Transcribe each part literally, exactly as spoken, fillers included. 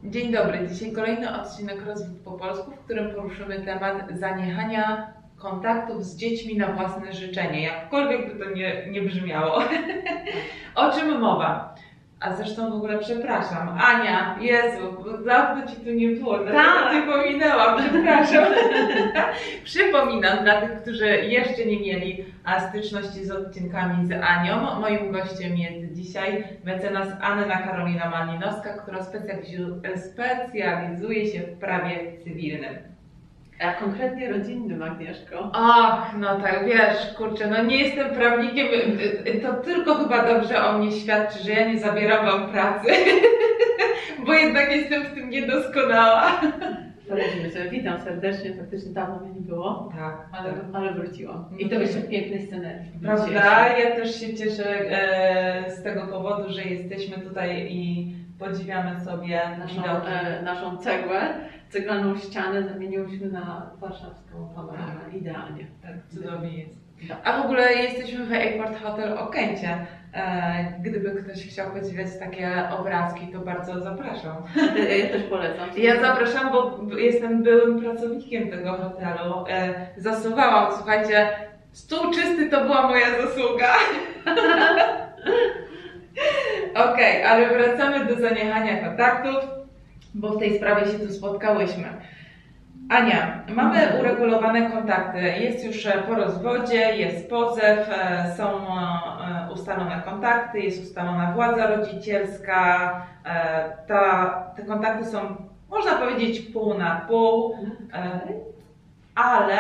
Dzień dobry, dzisiaj kolejny odcinek Rozwód po polsku, w którym poruszymy temat zaniechania kontaktów z dziećmi na własne życzenie, jakkolwiek by to nie, nie brzmiało. O czym mowa? A zresztą w ogóle przepraszam, Ania, Jezu, bo dawno Ci tu nie było, dlatego Cię pominęłam, przepraszam. Przypominam dla tych, którzy jeszcze nie mieli styczności z odcinkami z Anią, moim gościem jest dzisiaj mecenas Anna Karolina Malinowska, która specjalizuje się w prawie cywilnym. A konkretnie rodzinnym, Agnieszko. Ach, no tak, wiesz, kurczę, no nie jestem prawnikiem, to tylko chyba dobrze o mnie świadczy, że ja nie zabieram Wam pracy, bo jednak jestem w tym niedoskonała. Poradzimy sobie, witam serdecznie, faktycznie dawno mnie nie było, tak, ale, tak. ale wróciłam. I to jeszcze w pięknej scenerii. Prawda? Ja też się cieszę e, z tego powodu, że jesteśmy tutaj i podziwiamy sobie naszą, e, naszą cegłę. Ceglaną ścianę zamieniłyśmy na warszawską panoramę. Tak. Idealnie. Tak, cudownie jest. A w ogóle jesteśmy w Airport Hotel Okęcie. E, gdyby ktoś chciał podziwiać takie obrazki, to bardzo zapraszam. Ja, ja też polecam. Ja zapraszam, bo jestem byłym pracownikiem tego hotelu. E, zasuwałam, słuchajcie, stół czysty to była moja zasługa. Okej, okay, ale wracamy do zaniechania kontaktów, bo w tej sprawie się tu spotkałyśmy. Ania, mamy uregulowane kontakty, jest już po rozwodzie, jest pozew, są ustalone kontakty, jest ustalona władza rodzicielska, ta, te kontakty są, można powiedzieć, pół na pół, ale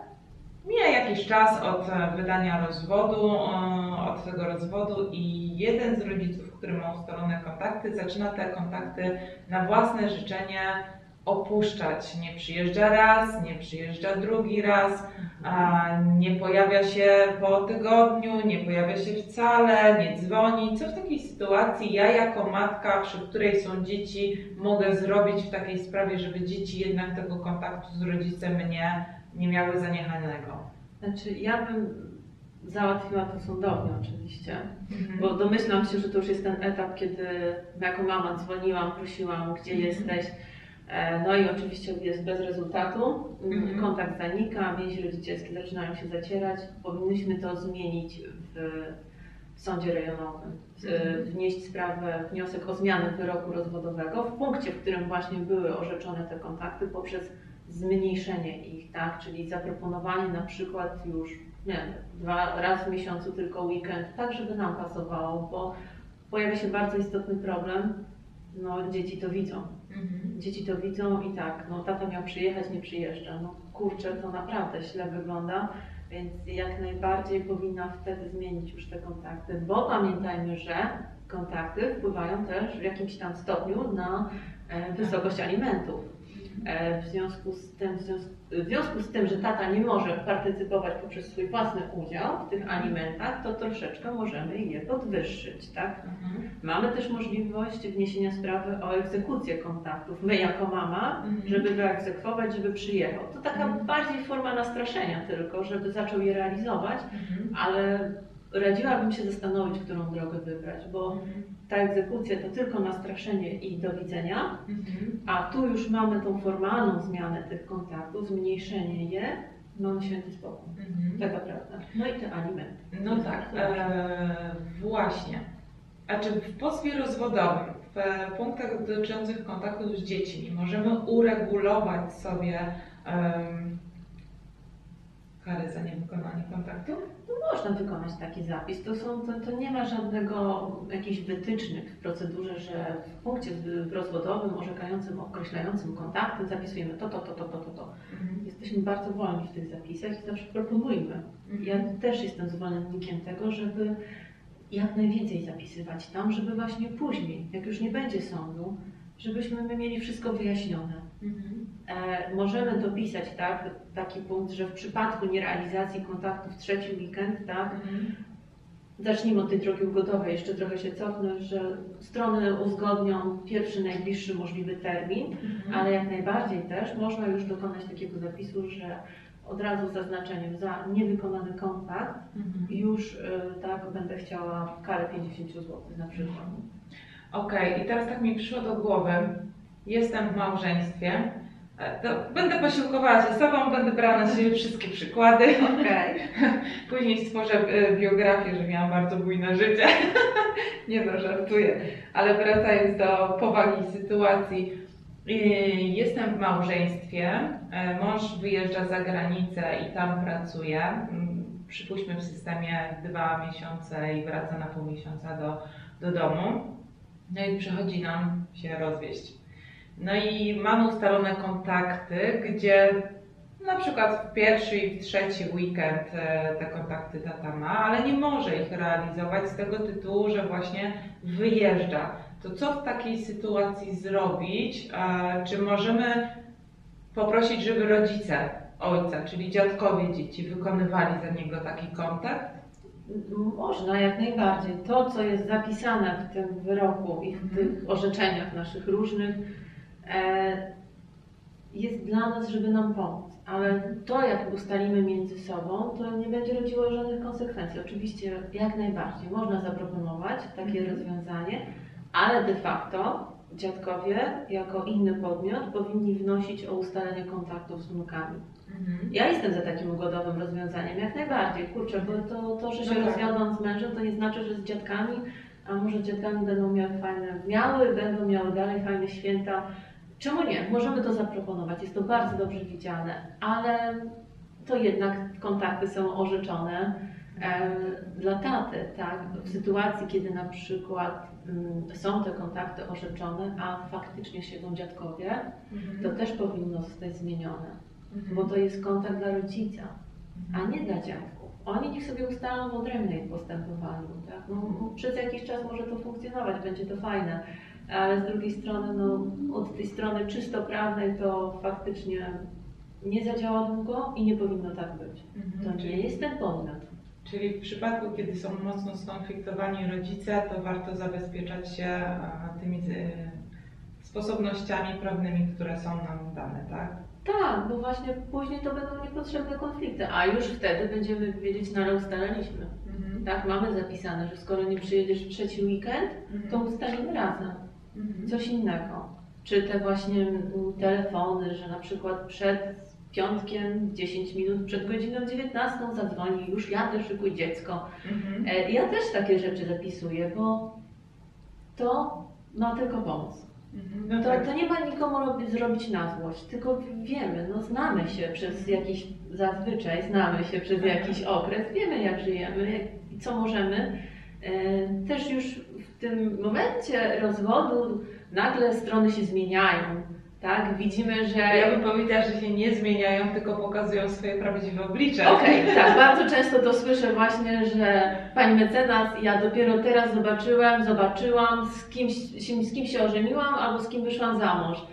mija jakiś czas od wydania rozwodu, od tego rozwodu i jeden z rodziców, który ma ustalone kontakty, zaczyna te kontakty na własne życzenie opuszczać. Nie przyjeżdża raz, nie przyjeżdża drugi raz, a nie pojawia się po tygodniu, nie pojawia się wcale, nie dzwoni. Co w takiej sytuacji ja jako matka, przy której są dzieci, mogę zrobić w takiej sprawie, żeby dzieci jednak tego kontaktu z rodzicem nie, nie miały zaniechanego? Znaczy ja bym załatwiła to sądownie oczywiście, mhm. bo domyślam się, że to już jest ten etap, kiedy jako mama dzwoniłam, prosiłam, gdzie mhm. jesteś. No i oczywiście jest bez rezultatu, mm-hmm. kontakt zanika, więzi rodzicielskie zaczynają się zacierać. Powinniśmy to zmienić w, w sądzie rejonowym, mm-hmm. wnieść sprawę, wniosek o zmianę wyroku rozwodowego w punkcie, w którym właśnie były orzeczone te kontakty poprzez zmniejszenie ich, tak? Czyli zaproponowanie na przykład już nie wiem, dwa razy w miesiącu tylko weekend, tak żeby nam pasowało, bo pojawia się bardzo istotny problem. No, dzieci to widzą. Mhm. Dzieci to widzą i tak, no tata miał przyjechać, nie przyjeżdża. No kurczę, to naprawdę źle wygląda, więc jak najbardziej powinna wtedy zmienić już te kontakty, bo pamiętajmy, że kontakty wpływają też w jakimś tam stopniu na e, wysokość alimentów. E, w związku z tym, w związku, w związku z tym, że tata nie może partycypować poprzez swój własny udział w tych alimentach, to troszeczkę możemy je podwyższyć, tak? Mhm. Mamy też możliwość wniesienia sprawy o egzekucję kontaktów, my jako mama, mhm. żeby wyegzekwować, żeby przyjechał. To taka mhm. bardziej forma nastraszenia tylko, żeby zaczął je realizować, mhm. ale radziłabym się zastanowić, którą drogę wybrać, bo mhm. ta egzekucja to tylko nastraszenie i do widzenia, mhm. a tu już mamy tą formalną zmianę tych kontaktów, zmniejszenie je, mamy święty spokój. Mhm. Taka prawda. No i te alimenty. No tak, e, właśnie. A czy w pozwie rozwodowym, w punktach dotyczących kontaktów z dziećmi możemy uregulować sobie um, karę za niewykonanie kontaktu? No można wykonać taki zapis. To, są, to, to nie ma żadnego jakichś wytycznych w procedurze, że w punkcie rozwodowym orzekającym, określającym kontakty zapisujemy to, to, to, to, to, to. to. Mhm. Jesteśmy bardzo wolni w tych zapisach i zawsze proponujmy. Mhm. Ja też jestem zwolennikiem tego, żeby jak najwięcej zapisywać tam, żeby właśnie później, jak już nie będzie sądu, żebyśmy my mieli wszystko wyjaśnione. Mhm. E, możemy dopisać tak, taki punkt, że w przypadku nierealizacji kontaktu w trzeci weekend, tak, mhm. zacznijmy od tej drogi ugodowej, jeszcze trochę się cofnę, że strony uzgodnią pierwszy, najbliższy możliwy termin, mhm. ale jak najbardziej też można już dokonać takiego zapisu, że od razu z zaznaczeniem za niewykonany kontakt mhm. już y, tak będę chciała karę pięćdziesiąt złotych na przykład. Okej, okay. I teraz tak mi przyszło do głowy, jestem w małżeństwie, to będę posiłkowała się sobą, będę brała na siebie wszystkie przykłady. Okay. Później stworzę biografię, że miałam bardzo bujne życie. Nie no, żartuję. Ale wracając do powagi sytuacji, jestem w małżeństwie, mąż wyjeżdża za granicę i tam pracuje. Przypuśćmy w systemie dwa miesiące i wraca na pół miesiąca do, do domu. No i przychodzi nam się rozwieść. No i mamy ustalone kontakty, gdzie na przykład w pierwszy i w trzeci weekend te kontakty tata ma, ale nie może ich realizować z tego tytułu, że właśnie wyjeżdża. To co w takiej sytuacji zrobić? Czy możemy poprosić, żeby rodzice ojca, czyli dziadkowie dzieci, wykonywali za niego taki kontakt? Można, jak najbardziej. To, co jest zapisane w tym wyroku i w Mhm. tych orzeczeniach naszych różnych, e, jest dla nas, żeby nam pomóc. Ale to, jak ustalimy między sobą, to nie będzie rodziło żadnych konsekwencji. Oczywiście, jak najbardziej. Można zaproponować takie Mhm. rozwiązanie, ale de facto dziadkowie, jako inny podmiot, powinni wnosić o ustalenie kontaktów z wnukami. Mhm. Ja jestem za takim ugodowym rozwiązaniem, jak najbardziej. Kurczę, bo to, to że się No tak. rozwiodłam z mężem, to nie znaczy, że z dziadkami, a może dziadkami będą miały fajne, miały, będą miały dalej fajne święta. Czemu nie? Możemy to zaproponować, jest to bardzo dobrze widziane, ale to jednak kontakty są orzeczone e, dla taty, tak? W sytuacji, kiedy na przykład mm, są te kontakty orzeczone, a faktycznie siedzą dziadkowie, Mhm. to też powinno zostać zmienione. Mhm. Bo to jest kontakt dla rodzica, a nie dla dziadków. Oni niech sobie ustalą w odrębnej postępowaniu. Tak? No, przez jakiś czas może to funkcjonować, będzie to fajne, ale z drugiej strony, no, od tej strony czysto prawnej to faktycznie nie zadziała długo i nie powinno tak być. Mhm. To nie jest ten podmiot. Czyli w przypadku, kiedy są mocno skonfliktowani rodzice, to warto zabezpieczać się e, tymi e, sposobnościami prawnymi, które są nam dane, tak? Tak, bo właśnie później to będą niepotrzebne konflikty, a już wtedy będziemy wiedzieć, na ile ustaliliśmy. Mhm. Tak, mamy zapisane, że skoro nie przyjedziesz w trzeci weekend, to ustalimy razem Mhm. coś innego. Czy te właśnie mm, telefony, że na przykład przed piątkiem, dziesięć minut przed godziną dziewiętnastą zadzwoni, już jadę, szykuj dziecko. Mhm. E, Ja też takie rzeczy zapisuję, bo to ma tylko pomóc. Mhm. No To, tak. to nie ma nikomu robi, zrobić na złość, tylko wiemy, no znamy się przez jakiś, zazwyczaj znamy się przez jakiś okres, wiemy jak żyjemy jak, i co możemy. E, też już w tym momencie rozwodu nagle strony się zmieniają, tak? Widzimy, że... Ja bym powiedziała, że się nie zmieniają, tylko pokazują swoje prawdziwe oblicze. Okej, okay, tak, bardzo często to słyszę właśnie, że pani mecenas, ja dopiero teraz zobaczyłem, zobaczyłam, z kimś, z kim się ożeniłam albo z kim wyszłam za mąż.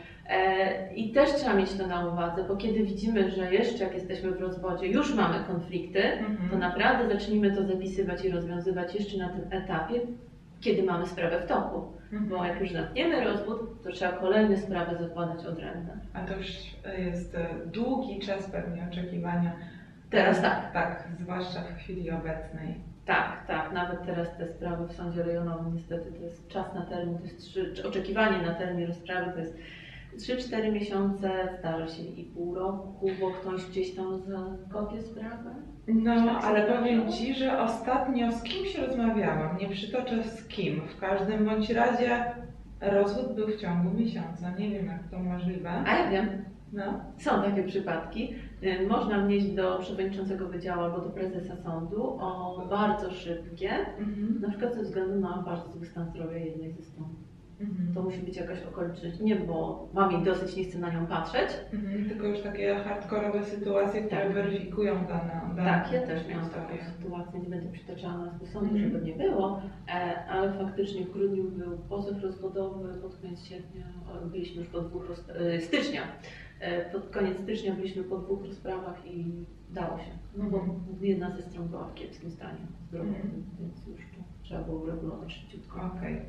E, I też trzeba mieć to na uwadze, bo kiedy widzimy, że jeszcze jak jesteśmy w rozwodzie, już mamy konflikty, Mhm. to naprawdę zacznijmy to zapisywać i rozwiązywać jeszcze na tym etapie, kiedy mamy sprawę w toku. Mhm. Bo jak już zamkniemy rozwód, to trzeba kolejne sprawy zakładać odrębne. A to już jest e, długi czas pewnie oczekiwania. Teraz tak. Tak, zwłaszcza w chwili obecnej. Tak, tak. Nawet teraz te sprawy w sądzie rejonowym niestety to jest czas na termin, to jest trzy, czy oczekiwanie na termin rozprawy to jest trzy cztery miesiące, zdarza się i pół roku, bo ktoś gdzieś tam zakopie sprawę. No, Tak ale sobie powiem myślałam? Ci, że ostatnio z kimś rozmawiałam, nie przytoczę z kim. W każdym bądź razie rozwód był w ciągu miesiąca. Nie wiem, jak to możliwe. A ja wiem, No. są takie przypadki. Y, Można wnieść do przewodniczącego wydziału albo do prezesa sądu o bardzo szybkie, Mhm. na przykład ze względu na bardzo zły stan zdrowia jednej ze stron. Mhm. To musi być jakaś okoliczność, nie bo mam jej dosyć, nie chcę na nią patrzeć. Mhm. Tylko już takie hardkorowe sytuacje, które Tak. weryfikują dane. dane Tak, ja też miałam historie. taką sytuację, nie będę przytaczała nazwy sądu, Mhm. żeby nie było, e, ale faktycznie w grudniu był pozew rozwodowy, pod koniec sierpnia o, byliśmy już po dwóch, roz- e, stycznia, e, pod koniec stycznia byliśmy po dwóch rozprawach i dało się, no bo Mhm. jedna ze stron była w kiepskim stanie zdrowotnym, Mhm. więc już to trzeba było uregulować szybciutko. Okej.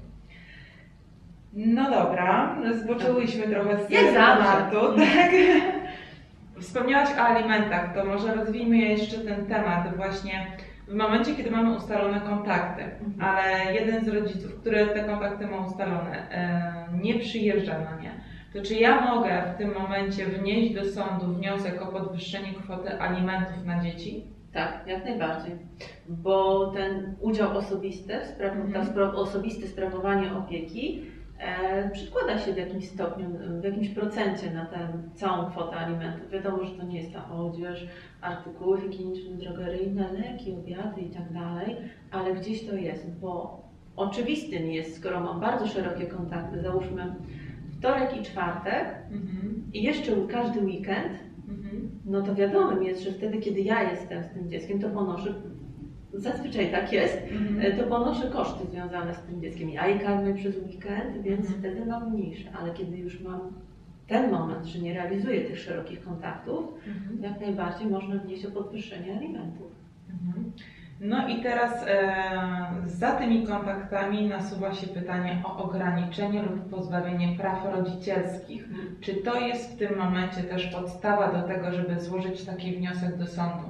No dobra, zboczyłyśmy trochę z Jak zawsze. tematu, tak? Wspomniałaś o alimentach, to może rozwijmy jeszcze ten temat właśnie w momencie, kiedy mamy ustalone kontakty, Mhm. ale jeden z rodziców, który te kontakty ma ustalone, e, nie przyjeżdża na nie. To czy ja mogę w tym momencie wnieść do sądu wniosek o podwyższenie kwoty alimentów na dzieci? Tak, jak najbardziej, bo ten udział osobisty, spraw, Mhm. ta spra osobiste sprawowanie opieki e, przykłada się w jakimś stopniu, w jakimś procencie na tę całą kwotę alimentów. Wiadomo, że to nie jest ta odzież, artykuły higieniczne, drogeryjne, leki, obiady i tak dalej, ale gdzieś to jest, bo oczywistym jest, skoro mam bardzo szerokie kontakty, załóżmy wtorek i czwartek Mhm. i jeszcze każdy weekend, Mhm. no to wiadomym jest, że wtedy, kiedy ja jestem z tym dzieckiem, to ponoszę, zazwyczaj tak jest, Mhm. to ponoszę koszty związane z tym dzieckiem. Ja je karmię przez weekend, więc Mhm. wtedy mam mniejsze, ale kiedy już mam ten moment, że nie realizuję tych szerokich kontaktów, Mhm. jak najbardziej można wnieść o podwyższenie alimentów. Mhm. No i teraz e, za tymi kontaktami nasuwa się pytanie o ograniczenie lub pozbawienie praw rodzicielskich. Czy to jest w tym momencie też podstawa do tego, żeby złożyć taki wniosek do sądu?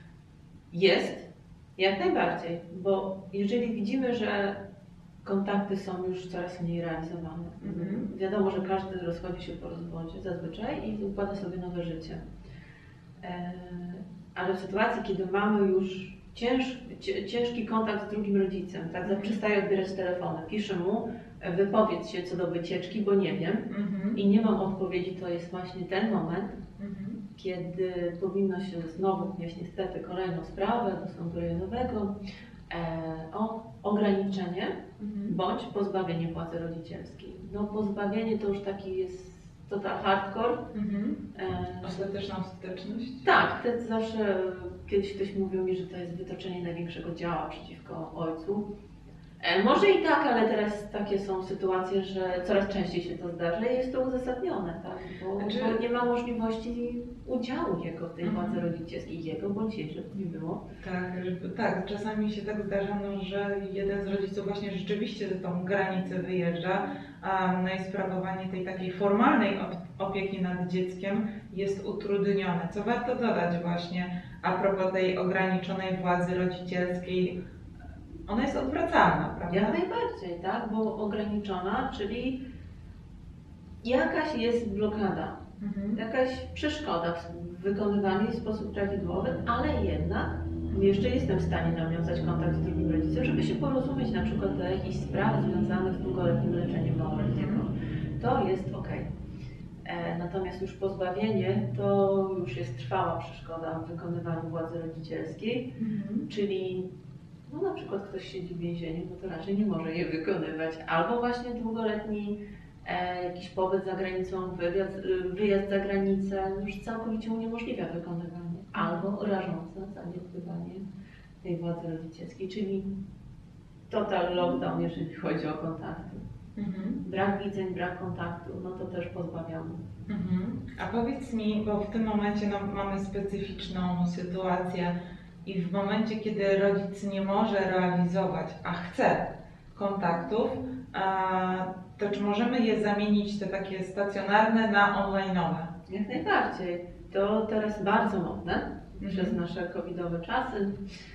Jest, jak najbardziej, bo jeżeli widzimy, że kontakty są już coraz mniej realizowane, Mhm. wiadomo, że każdy rozchodzi się po rozwodzie zazwyczaj i układa sobie nowe życie. E, ale w sytuacji, kiedy mamy już cięż, ciężki kontakt z drugim rodzicem, tak, zaprzestaję odbierać telefony, piszę mu, wypowiedz się co do wycieczki, bo nie wiem Mhm. i nie mam odpowiedzi, to jest właśnie ten moment, Mhm. kiedy powinno się znowu wnieść niestety kolejną sprawę do sądu rejonowego e, o ograniczenie Mhm. bądź pozbawienie płacy rodzicielskiej. No pozbawienie to już taki jest total hardcore. Mhm. E, Ostateczną skuteczność? tak, to zawsze kiedyś ktoś mówił mi, że to jest wytoczenie największego działa przeciwko ojcu. E, może i tak, ale teraz takie są sytuacje, że coraz częściej się to zdarza i jest to uzasadnione, tak? Bo, Znaczy- bo nie ma możliwości udziału jego w tej Mhm. płacy rodzicielskiej, jego bądź jej, żeby nie było. Tak, żeby, tak, czasami się tak zdarza, no, że jeden z rodziców właśnie rzeczywiście za tą granicę wyjeżdża, a no i sprawowanie tej takiej formalnej op- opieki nad dzieckiem jest utrudnione. Co warto dodać właśnie a propos tej ograniczonej władzy rodzicielskiej, ona jest odwracalna, prawda? Jak najbardziej, tak? Bo ograniczona, czyli jakaś jest blokada, Mhm. jakaś przeszkoda w wykonywaniu w sposób prawidłowy, ale jednak jeszcze jestem w stanie nawiązać kontakt z drugim rodzicem, żeby się porozumieć na przykład do jakichś spraw związanych z długoletnim leczeniem małoletniego. To jest ok. E, natomiast już pozbawienie to już jest trwała przeszkoda w wykonywaniu władzy rodzicielskiej, Mhm. czyli no na przykład ktoś siedzi w więzieniu, no to raczej nie może je wykonywać. Albo właśnie długoletni e, jakiś pobyt za granicą, wywiad, y, wyjazd za granicę już całkowicie uniemożliwia wykonywanie. Albo rażące zaniedbywanie tej władzy rodzicielskiej, czyli total lockdown, jeżeli chodzi o kontakty. Mhm. Brak widzeń, brak kontaktu, no to też pozbawiamy. Mhm. A powiedz mi, bo w tym momencie no, mamy specyficzną sytuację i w momencie, kiedy rodzic nie może realizować, a chce kontaktów, a, to czy możemy je zamienić, te takie stacjonarne, na online'owe? Jak najbardziej. To teraz bardzo modne Mhm. przez nasze covidowe czasy.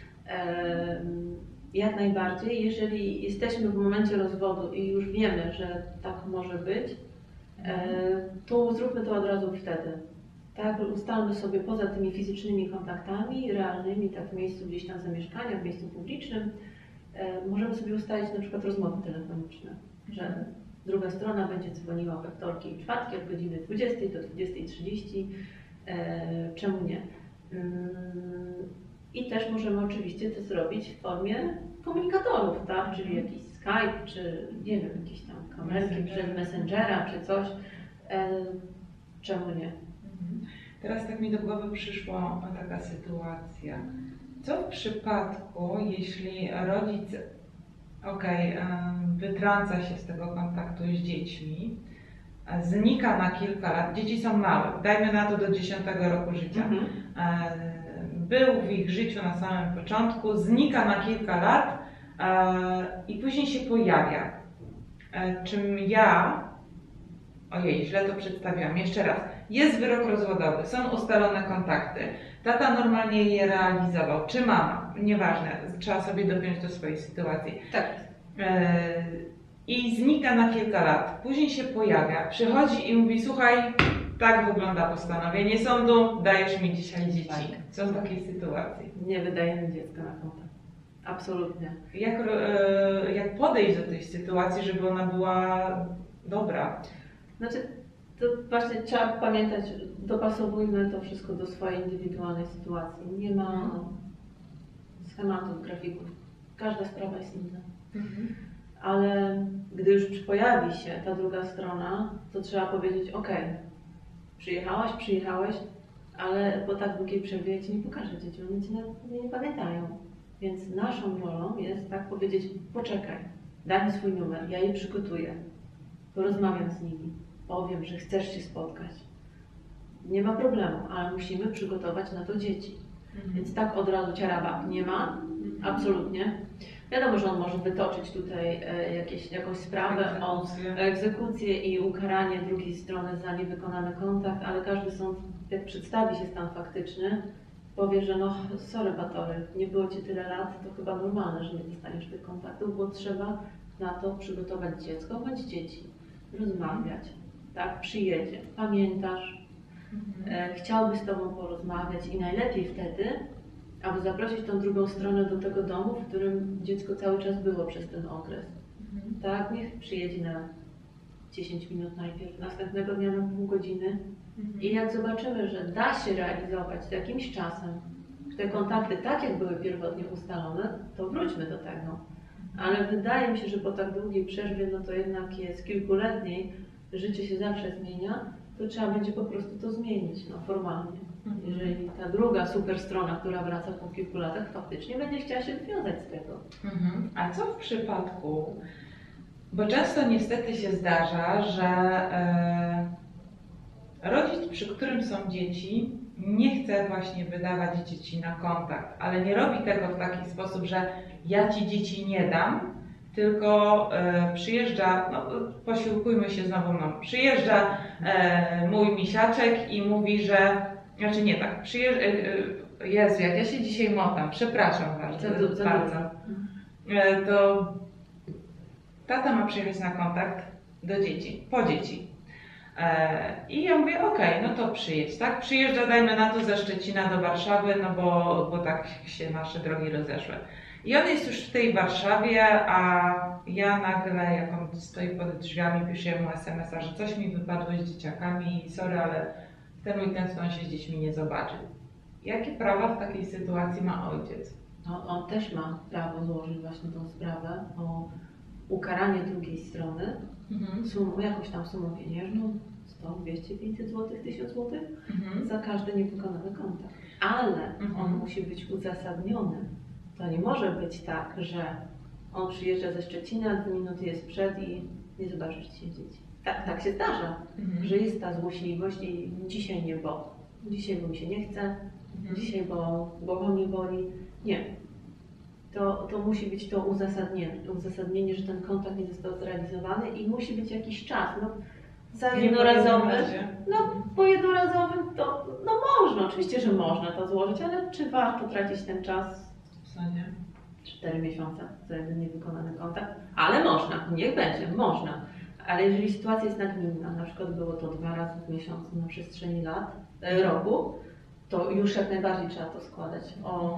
Em, Jak najbardziej, jeżeli jesteśmy w momencie rozwodu i już wiemy, że tak może być, e, to zróbmy to od razu wtedy. Tak, ustalmy sobie poza tymi fizycznymi kontaktami, realnymi, tak w miejscu gdzieś tam zamieszkania, w miejscu publicznym, e, możemy sobie ustalić na przykład rozmowy telefoniczne, że druga strona będzie dzwoniła we wtorki i czwartki od godziny dwudziestej do dwudziestej trzydzieści. E, czemu nie? Mm, I też możemy oczywiście to zrobić w formie komunikatorów, tak? Czyli jakiś Skype, czy nie wiem, jakieś tam kamerki Messenger. przez Messengera, czy coś. E, czemu nie? Mhm. Teraz tak mi do głowy przyszła taka sytuacja. Co w przypadku, jeśli rodzic, okej, em, wytrąca się z tego kontaktu z dziećmi, a znika na kilka lat, dzieci są małe, dajmy na to do dziesiątego roku życia, Mhm. e, był w ich życiu na samym początku, znika na kilka lat e, i później się pojawia. E, czym ja, ojej, źle to przedstawiłam, jeszcze raz, jest wyrok rozwodowy, są ustalone kontakty, tata normalnie je realizował, czy mama, nieważne, trzeba sobie dopiąć do swojej sytuacji. Tak. E, i znika na kilka lat. Później się pojawia, przychodzi i mówi: słuchaj, tak wygląda postanowienie sądu, dajesz mi dzisiaj dzieci. Tak. Co w takiej sytuacji? Nie wydajemy dziecka na kontakt. Absolutnie. Jak, e, jak podejść do tej sytuacji, żeby ona była dobra? Znaczy, to właśnie trzeba pamiętać, dopasowujmy to wszystko do swojej indywidualnej sytuacji. Nie ma schematów, grafików. Każda sprawa jest inna. Mhm. Ale gdy już pojawi się ta druga strona, to trzeba powiedzieć: ok, przyjechałaś, przyjechałeś, ale po tak długiej przerwie ja Ci nie pokażę dzieci, one Cię nie, nie pamiętają. Więc naszą rolą jest tak powiedzieć: poczekaj, daj mi swój numer, ja je przygotuję, porozmawiam z nimi, powiem, że chcesz się spotkać. Nie ma problemu, ale musimy przygotować na to dzieci. Mhm. Więc tak od razu ciaraba nie ma, absolutnie. Wiadomo, że on może wytoczyć tutaj e, jakieś, jakąś sprawę o egzekucję i ukaranie drugiej strony za niewykonany kontakt, ale każdy sąd, jak przedstawi się stan faktyczny, powie, że no sorry Batory, nie było Ci tyle lat, to chyba normalne, że nie dostaniesz tych kontaktów, bo trzeba na to przygotować dziecko bądź dzieci, rozmawiać, tak, przyjedzie, pamiętasz, Mhm. e, chciałby z Tobą porozmawiać i najlepiej wtedy, aby zaprosić tą drugą stronę do tego domu, w którym dziecko cały czas było przez ten okres. Mhm. Tak, niech przyjedzie na dziesięć minut najpierw, następnego dnia na pół godziny. Mhm. I jak zobaczymy, że da się realizować z jakimś czasem te kontakty tak, jak były pierwotnie ustalone, to wróćmy do tego. Ale wydaje mi się, że po tak długiej przerwie, no to jednak jest kilkuletniej, życie się zawsze zmienia, to trzeba będzie po prostu to zmienić, no formalnie. Mhm. Jeżeli ta druga super strona, która wraca po kilku latach, faktycznie będzie chciała się wywiązać z tego. Mhm. A co w przypadku, bo często niestety się zdarza, że e, rodzic, przy którym są dzieci, nie chce właśnie wydawać dzieci na kontakt, ale nie robi tego w taki sposób, że ja Ci dzieci nie dam, tylko e, przyjeżdża, no posiłkujmy się znowu, no, przyjeżdża e, mój misiaczek i mówi, że, znaczy nie tak, przyjeżdża, e, Jezu, jak ja się dzisiaj motam, przepraszam bardzo, Za du- za bardzo. E, to tata ma przyjechać na kontakt do dzieci, po dzieci. E, I ja mówię: okej, no to przyjedź, tak? Przyjeżdża, dajmy na to, ze Szczecina do Warszawy, no bo, bo tak się nasze drogi rozeszły. I on jest już w tej Warszawie, a ja nagle, jak on stoi pod drzwiami, piszę mu es em es a, że coś mi wypadło z dzieciakami i sorry, ale w ten weekend on się z dziećmi nie zobaczył. Jakie prawa w takiej sytuacji ma ojciec? No, on też ma prawo złożyć właśnie tą sprawę o ukaranie drugiej strony, Mhm. sumą, jakąś tam sumą pieniężną, sto, dwieście, pięćset złotych, tysiąc złotych Mhm. za każdy niewykonany kontakt. Ale Mhm. on musi być uzasadniony. To nie może być tak, że on przyjeżdża ze Szczecina, dwie minuty jest przed i nie zobaczysz dzisiaj dzieci. Tak, tak się zdarza, Mhm. że jest ta złośliwość i dzisiaj nie, bo dzisiaj bo mi się nie chce, Mhm. dzisiaj bo głowa mnie boli. Nie. To, to musi być to uzasadnienie, uzasadnienie, że ten kontakt nie został zrealizowany i musi być jakiś czas. No, za Nie jednorazowy, po jednym razie. no po jednorazowym to no można, oczywiście, że można to złożyć, ale czy warto tracić ten czas? Co nie? cztery miesiące za jeden niewykonany kontakt? Ale można, niech będzie, można. Ale jeżeli sytuacja jest nagminna, na przykład było to dwa razy w miesiącu na przestrzeni lat, e, roku, to już jak najbardziej trzeba to składać o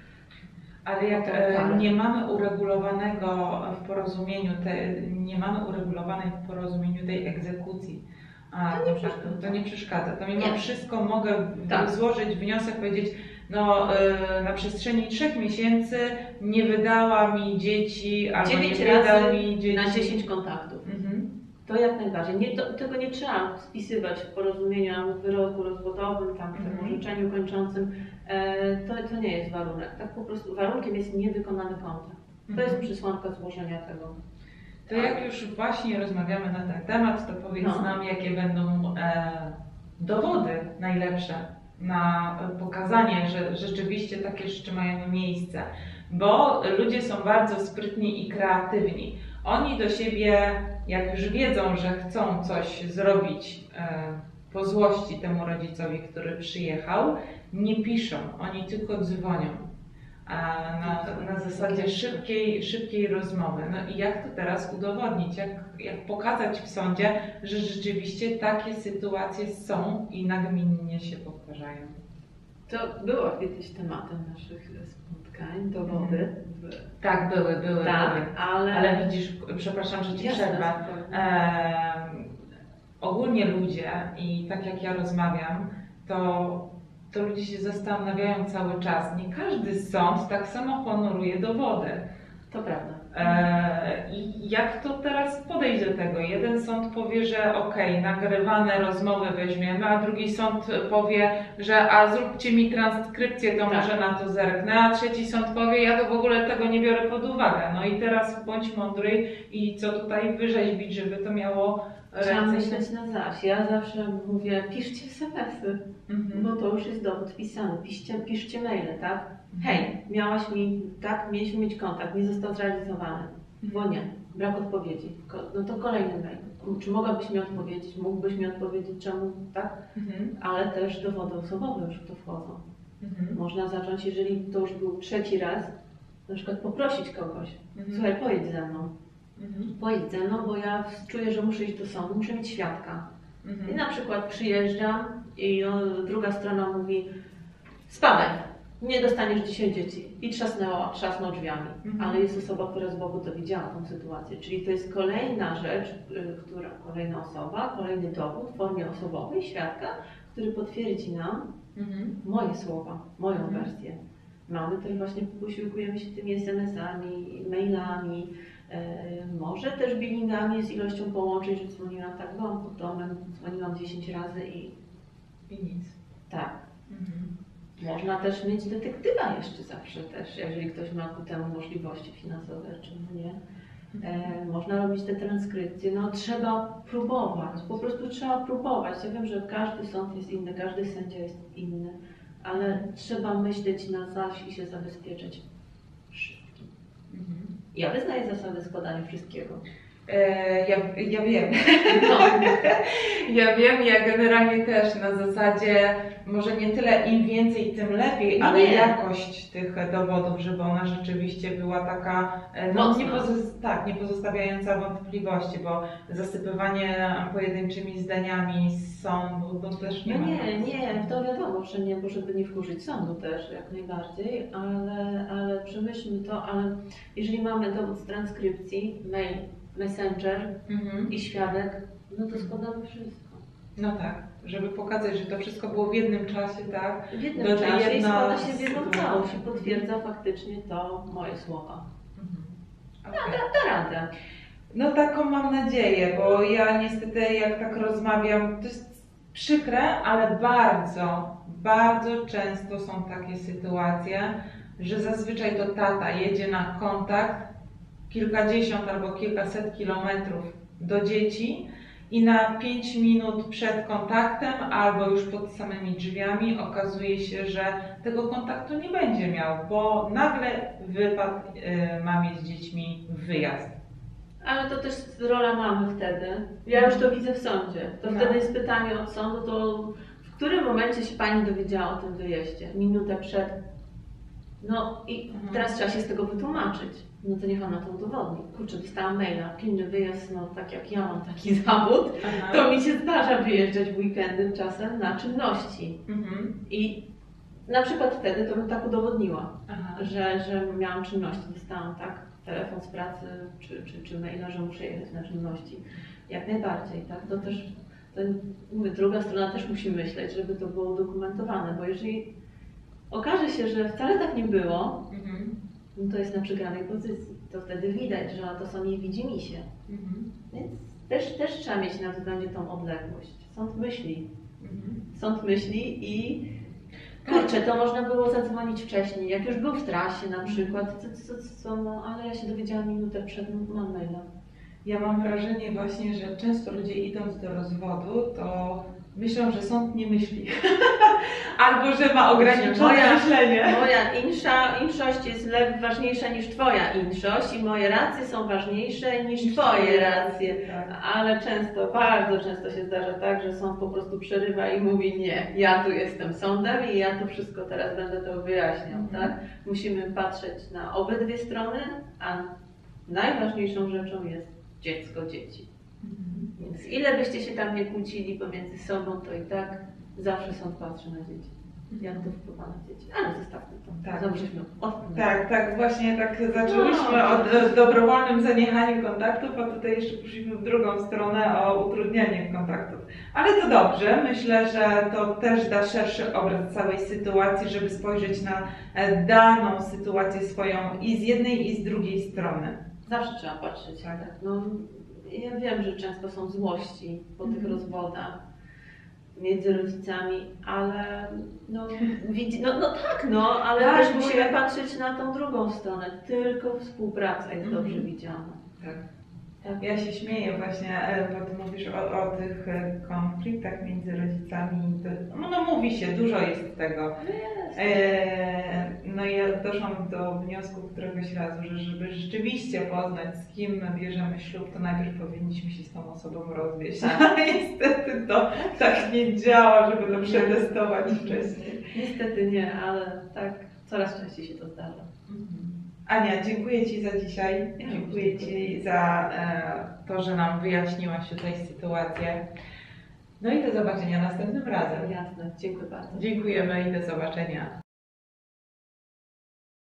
Ale jak e, nie mamy uregulowanego w porozumieniu, te, nie mamy uregulowanej w porozumieniu tej egzekucji, a, To nie to, przeszkadza. to nie przeszkadza. To mimo Nie. wszystko mogę Tak. złożyć wniosek, powiedzieć: no e, na przestrzeni trzech miesięcy nie wydała mi dzieci, albo nie dziewięć wydał razy mi dzieci. na dziesięć kontaktów. Mhm. To jak najbardziej. Nie, to, tego nie trzeba spisywać w porozumieniu, w wyroku rozwodowym, tam w tym Mhm. orzeczeniu kończącym. E, to, to nie jest warunek. Tak po prostu warunkiem jest niewykonany kontakt. To Mhm. jest przesłanka złożenia tego. To jak już właśnie rozmawiamy na ten temat, to powiedz No. nam, jakie będą e, dowody najlepsze na pokazanie, że rzeczywiście takie rzeczy mają miejsce. Bo ludzie są bardzo sprytni i kreatywni. Oni do siebie, jak już wiedzą, że chcą coś zrobić e, po złości temu rodzicowi, który przyjechał, nie piszą, oni tylko dzwonią. na, na zasadzie szybkiej, szybkiej rozmowy. No i jak to teraz udowodnić, jak, jak pokazać w sądzie, że rzeczywiście takie sytuacje są i nagminnie się powtarzają? To było kiedyś tematem naszych spotkań, dowody. W... Tak, były, były. Tak, były. ale... ale widzisz, przepraszam, że Ci przerwę. E, ogólnie ludzie, i tak jak ja rozmawiam, to to ludzie się zastanawiają cały czas. Nie każdy sąd tak samo honoruje dowody. To prawda. E, I jak to teraz podejść do tego? Jeden sąd powie, że okej, nagrywane rozmowy weźmiemy, a drugi sąd powie, że a zróbcie mi transkrypcję, to tak. może na to zerknę, a trzeci sąd powie, ja to w ogóle tego nie biorę pod uwagę. No i teraz bądź mądry i co tutaj wyrzeźbić, żeby to miało Trzeba ręce. myśleć na zaś. Ja zawsze mówię, piszcie es em esy, Mhm. bo to już jest dowód pisany. Piszcie, piszcie maile, tak? Hej, miałaś mi, tak, mieliśmy mieć kontakt, nie został zrealizowany. Bo nie, brak odpowiedzi. Ko- No to kolejny mail. Czy mogłabyś mi odpowiedzieć? Mógłbyś mi odpowiedzieć czemu, tak? Mhm. Ale też dowody osobowe już w to wchodzą. Mhm. Można zacząć, jeżeli to już był trzeci raz, na przykład poprosić kogoś. Mhm. Słuchaj, pojedź ze mną. Mhm. Pojedź ze mną, bo ja czuję, że muszę iść do sądu, muszę mieć świadka. Mhm. I na przykład przyjeżdżam i no, druga strona mówi: spadaj, nie dostaniesz dzisiaj dzieci. I trzasnęła, trzasnął drzwiami. Mhm. Ale jest osoba, która z boku to widziała tą sytuację. Czyli to jest kolejna rzecz, y, która, kolejna osoba, kolejny dowód w formie osobowej, świadka, który potwierdzi nam Mhm. moje słowa, moją Mhm. wersję. Mamy też właśnie, posiłkujemy się tymi es em esami, mailami, e, może też billingami z ilością połączeń, że dzwoniłam, tak, byłam pod domem, dzwoniłam dziesięć razy i I nic. tak. Mhm. Można też mieć detektywa jeszcze zawsze też, jeżeli ktoś ma ku temu możliwości finansowe, czy nie. E, można robić te transkrypcje, no trzeba próbować, po prostu trzeba próbować. Ja wiem, że każdy sąd jest inny, każdy sędzia jest inny, ale trzeba myśleć na zaś i się zabezpieczać wszystkim. Mhm. Ja wyznaję zasady składania wszystkiego. E, ja, ja wiem. No. Ja wiem, ja generalnie też na zasadzie może nie tyle im więcej, tym lepiej, ale Nie. jakość tych dowodów, żeby ona rzeczywiście była taka e, no, Mocna. nie, pozos- tak, nie pozostawiająca wątpliwości, bo zasypywanie pojedynczymi zdaniami z sądu to też nie No ma. nie, nie, to wiadomo, że nie, bo żeby nie wkurzyć sądu też jak najbardziej, ale, ale przemyślmy to, ale jeżeli mamy dowód z transkrypcji, mail, messenger Mhm. i świadek, no to składamy wszystko. No tak, żeby pokazać, że to wszystko było w jednym czasie, tak? W jednym Do tej czasie i jedna składa się w jedną sytuacja. całość i potwierdza faktycznie to moje słowa. Mhm. Da, Okej. da radę. No taką mam nadzieję, bo ja niestety jak tak rozmawiam, to jest przykre, ale bardzo, bardzo często są takie sytuacje, że zazwyczaj to tata jedzie na kontakt kilkadziesiąt albo kilkaset kilometrów do dzieci i na pięć minut przed kontaktem albo już pod samymi drzwiami okazuje się, że tego kontaktu nie będzie miał, bo nagle wypadł y, mamie z dziećmi w wyjazd. Ale to też rola mamy wtedy. Ja już to widzę w sądzie. To No. wtedy jest pytanie od sądu, to w którym momencie się pani dowiedziała o tym wyjeździe? Minutę przed. No i Mhm. teraz trzeba się z tego wytłumaczyć. No to niech ona to udowodni. Kurczę, dostałam maila, pilny wyjazd, no tak jak ja mam taki zawód, Aha. to mi się zdarza wyjeżdżać w weekendem czasem na czynności. Mhm. I na przykład wtedy to bym tak udowodniła, Aha. że, że miałam czynności, dostałam tak telefon z pracy czy, czy, czy maila, że muszę jechać na czynności. Jak najbardziej, tak? To też, to, mówię, druga strona też musi myśleć, żeby to było udokumentowane, bo jeżeli okaże się, że wcale tak nie było, Mhm. no to jest na przegranej pozycji. To wtedy widać, że to są jej widzimisię. Mhm. Więc też, też trzeba mieć na względzie tą odległość. Sąd myśli. Mhm. Sąd myśli i kurczę, to można było zadzwonić wcześniej, jak już był w trasie na przykład, co, co, co, no, ale ja się dowiedziałam minutę przed, no, mam maila. Ja mam wrażenie właśnie, że często ludzie idąc do rozwodu, to myślą, że sąd nie myśli. Albo że ma ograniczone moja, myślenie. Moja insza, inszość jest ważniejsza niż twoja inszość i moje racje są ważniejsze niż twoje racje. Tak. Ale często, bardzo często się zdarza tak, że sąd po prostu przerywa i mówi nie, ja tu jestem sądem i ja to wszystko teraz będę to wyjaśniał. Mhm. Tak? Musimy patrzeć na obydwie strony, a najważniejszą rzeczą jest dziecko, dzieci. Mhm. Więc ile byście się tam nie kłócili pomiędzy sobą, to i tak zawsze sąd patrzy na dzieci. Jak to wpływa na dzieci. Ale zostawmy to. Tak. Znowu żeśmy odpłynęli. Tak, tak, właśnie tak zaczęłyśmy No. od o dobrowolnym zaniechaniu kontaktów, a tutaj jeszcze poszliśmy w drugą stronę o utrudnianiu kontaktów. Ale to dobrze, myślę, że to też da szerszy obraz całej sytuacji, żeby spojrzeć na e, daną sytuację swoją i z jednej i z drugiej strony. Zawsze trzeba patrzeć. Tak. Tak. No, ja wiem, że często są złości po tych Mhm. rozwodach między rodzicami, ale no, widzi, no, no tak, no, ale Tak, też bo musimy ja- patrzeć na tą drugą stronę. Tylko współpraca jest Mhm. dobrze widziana. Tak. Tak. Ja się śmieję właśnie, e, bo ty mówisz o, o tych e, konfliktach między rodzicami. To, no, no mówi się, dużo jest tego. Jest. E, no i ja doszłam do wniosku któregoś razu, że żeby rzeczywiście poznać, z kim bierzemy ślub, to najpierw powinniśmy się z tą osobą rozwieść. A niestety to tak nie działa, żeby to przetestować wcześniej. Niestety nie, ale tak coraz częściej się to zdarza. Ania, dziękuję Ci za dzisiaj. Dziękuję Ci za e, to, że nam wyjaśniłaś tutaj sytuację. No i do zobaczenia następnym razem. Jasne, dziękuję bardzo. Dziękujemy i do zobaczenia.